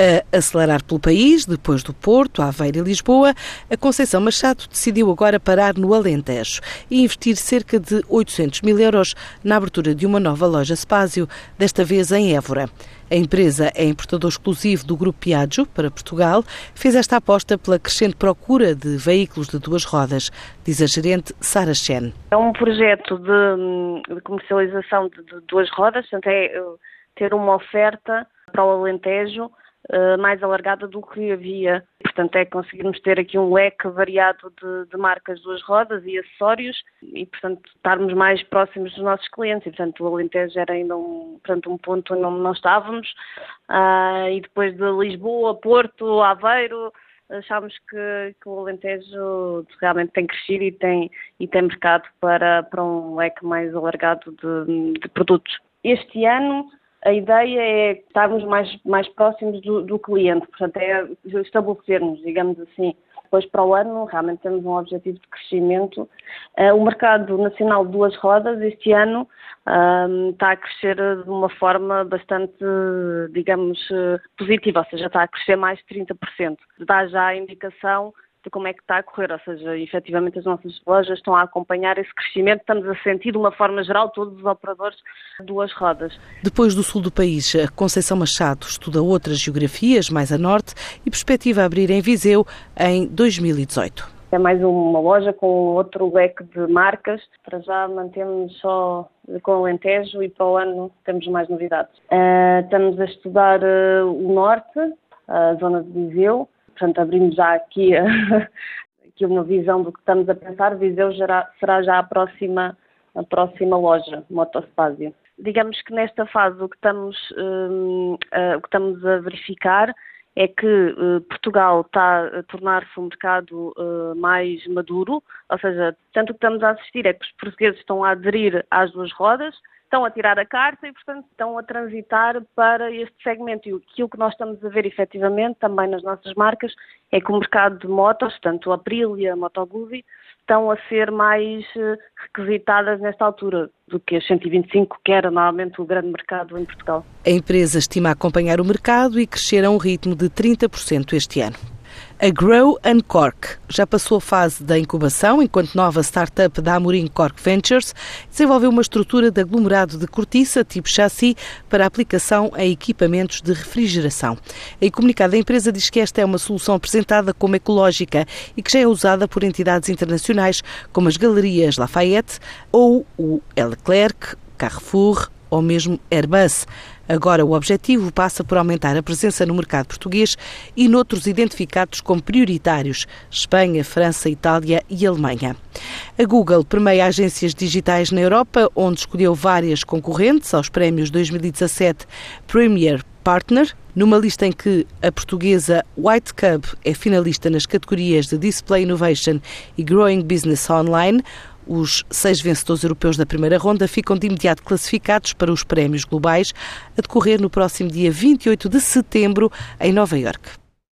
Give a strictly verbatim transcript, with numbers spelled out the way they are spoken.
A acelerar pelo país, depois do Porto, Aveiro e Lisboa, a Conceição Machado decidiu agora parar no Alentejo e investir cerca de oitocentos mil euros na abertura de uma nova loja Spásio, desta vez em Évora. A empresa é importador exclusivo do Grupo Piaggio para Portugal, fez esta aposta pela crescente procura de veículos de duas rodas, diz a gerente Sara Chen. É um projeto de, de comercialização de, de duas rodas, portanto é ter uma oferta para o Alentejo mais alargada do que havia. Portanto, é conseguirmos ter aqui um leque variado de, de marcas de duas rodas e acessórios e, portanto, estarmos mais próximos dos nossos clientes. E, portanto, o Alentejo era ainda um, portanto, um ponto onde não estávamos. Ah, e depois de Lisboa, Porto, Aveiro, achámos que, que o Alentejo realmente tem crescido e tem, e tem mercado para, para um leque mais alargado de, de produtos. Este ano, a ideia é estarmos mais, mais próximos do, do cliente, portanto, é estabelecermos, digamos assim. Depois, para o ano, realmente temos um objetivo de crescimento. Uh, o mercado nacional de duas rodas, este ano, uh, está a crescer de uma forma bastante, digamos, positiva, ou seja, está a crescer mais de trinta por cento. Dá já a indicação de como é que está a correr, ou seja, efetivamente as nossas lojas estão a acompanhar esse crescimento, estamos a sentir de uma forma geral todos os operadores de duas rodas. Depois do sul do país, a Conceição Machado estuda outras geografias mais a norte e perspectiva abrir em Viseu em dois mil e dezoito. É mais uma loja com outro leque de marcas, para já mantemos só com o Alentejo e para o ano temos mais novidades. Uh, estamos a estudar uh, o norte, a zona de Viseu. Portanto, abrimos já aqui, aqui uma visão do que estamos a pensar. Viseu será, será já a próxima, a próxima loja, Motospásio. Digamos que nesta fase o que estamos, um, uh, o que estamos a verificar é que uh, Portugal está a tornar-se um mercado uh, mais maduro, ou seja, tanto o que estamos a assistir é que os portugueses estão a aderir às duas rodas, estão a tirar a carta e, portanto, estão a transitar para este segmento. E aquilo que nós estamos a ver, efetivamente, também nas nossas marcas, é que o mercado de motos, tanto a Aprilia, a Moto Guzzi, estão a ser mais requisitadas nesta altura do que as cento e vinte e cinco, que era normalmente o grande mercado em Portugal. A empresa estima acompanhar o mercado e crescer a um ritmo de trinta por cento este ano. A Grow and Cork já passou a fase da incubação, enquanto nova startup da Amorim Cork Ventures desenvolveu uma estrutura de aglomerado de cortiça tipo chassi para aplicação a equipamentos de refrigeração. Em comunicado, a empresa diz que esta é uma solução apresentada como ecológica e que já é usada por entidades internacionais como as Galerias Lafayette ou o Leclerc, Carrefour ou mesmo Airbus. Agora o objetivo passa por aumentar a presença no mercado português e noutros identificados como prioritários, Espanha, França, Itália e Alemanha. A Google permeia agências digitais na Europa, onde escolheu várias concorrentes aos prémios dois mil e dezassete Premier Partner, numa lista em que a portuguesa White Cub é finalista nas categorias de Display Innovation e Growing Business Online. Os seis vencedores europeus da primeira ronda ficam de imediato classificados para os prémios globais a decorrer no próximo dia vinte e oito de setembro em Nova Iorque.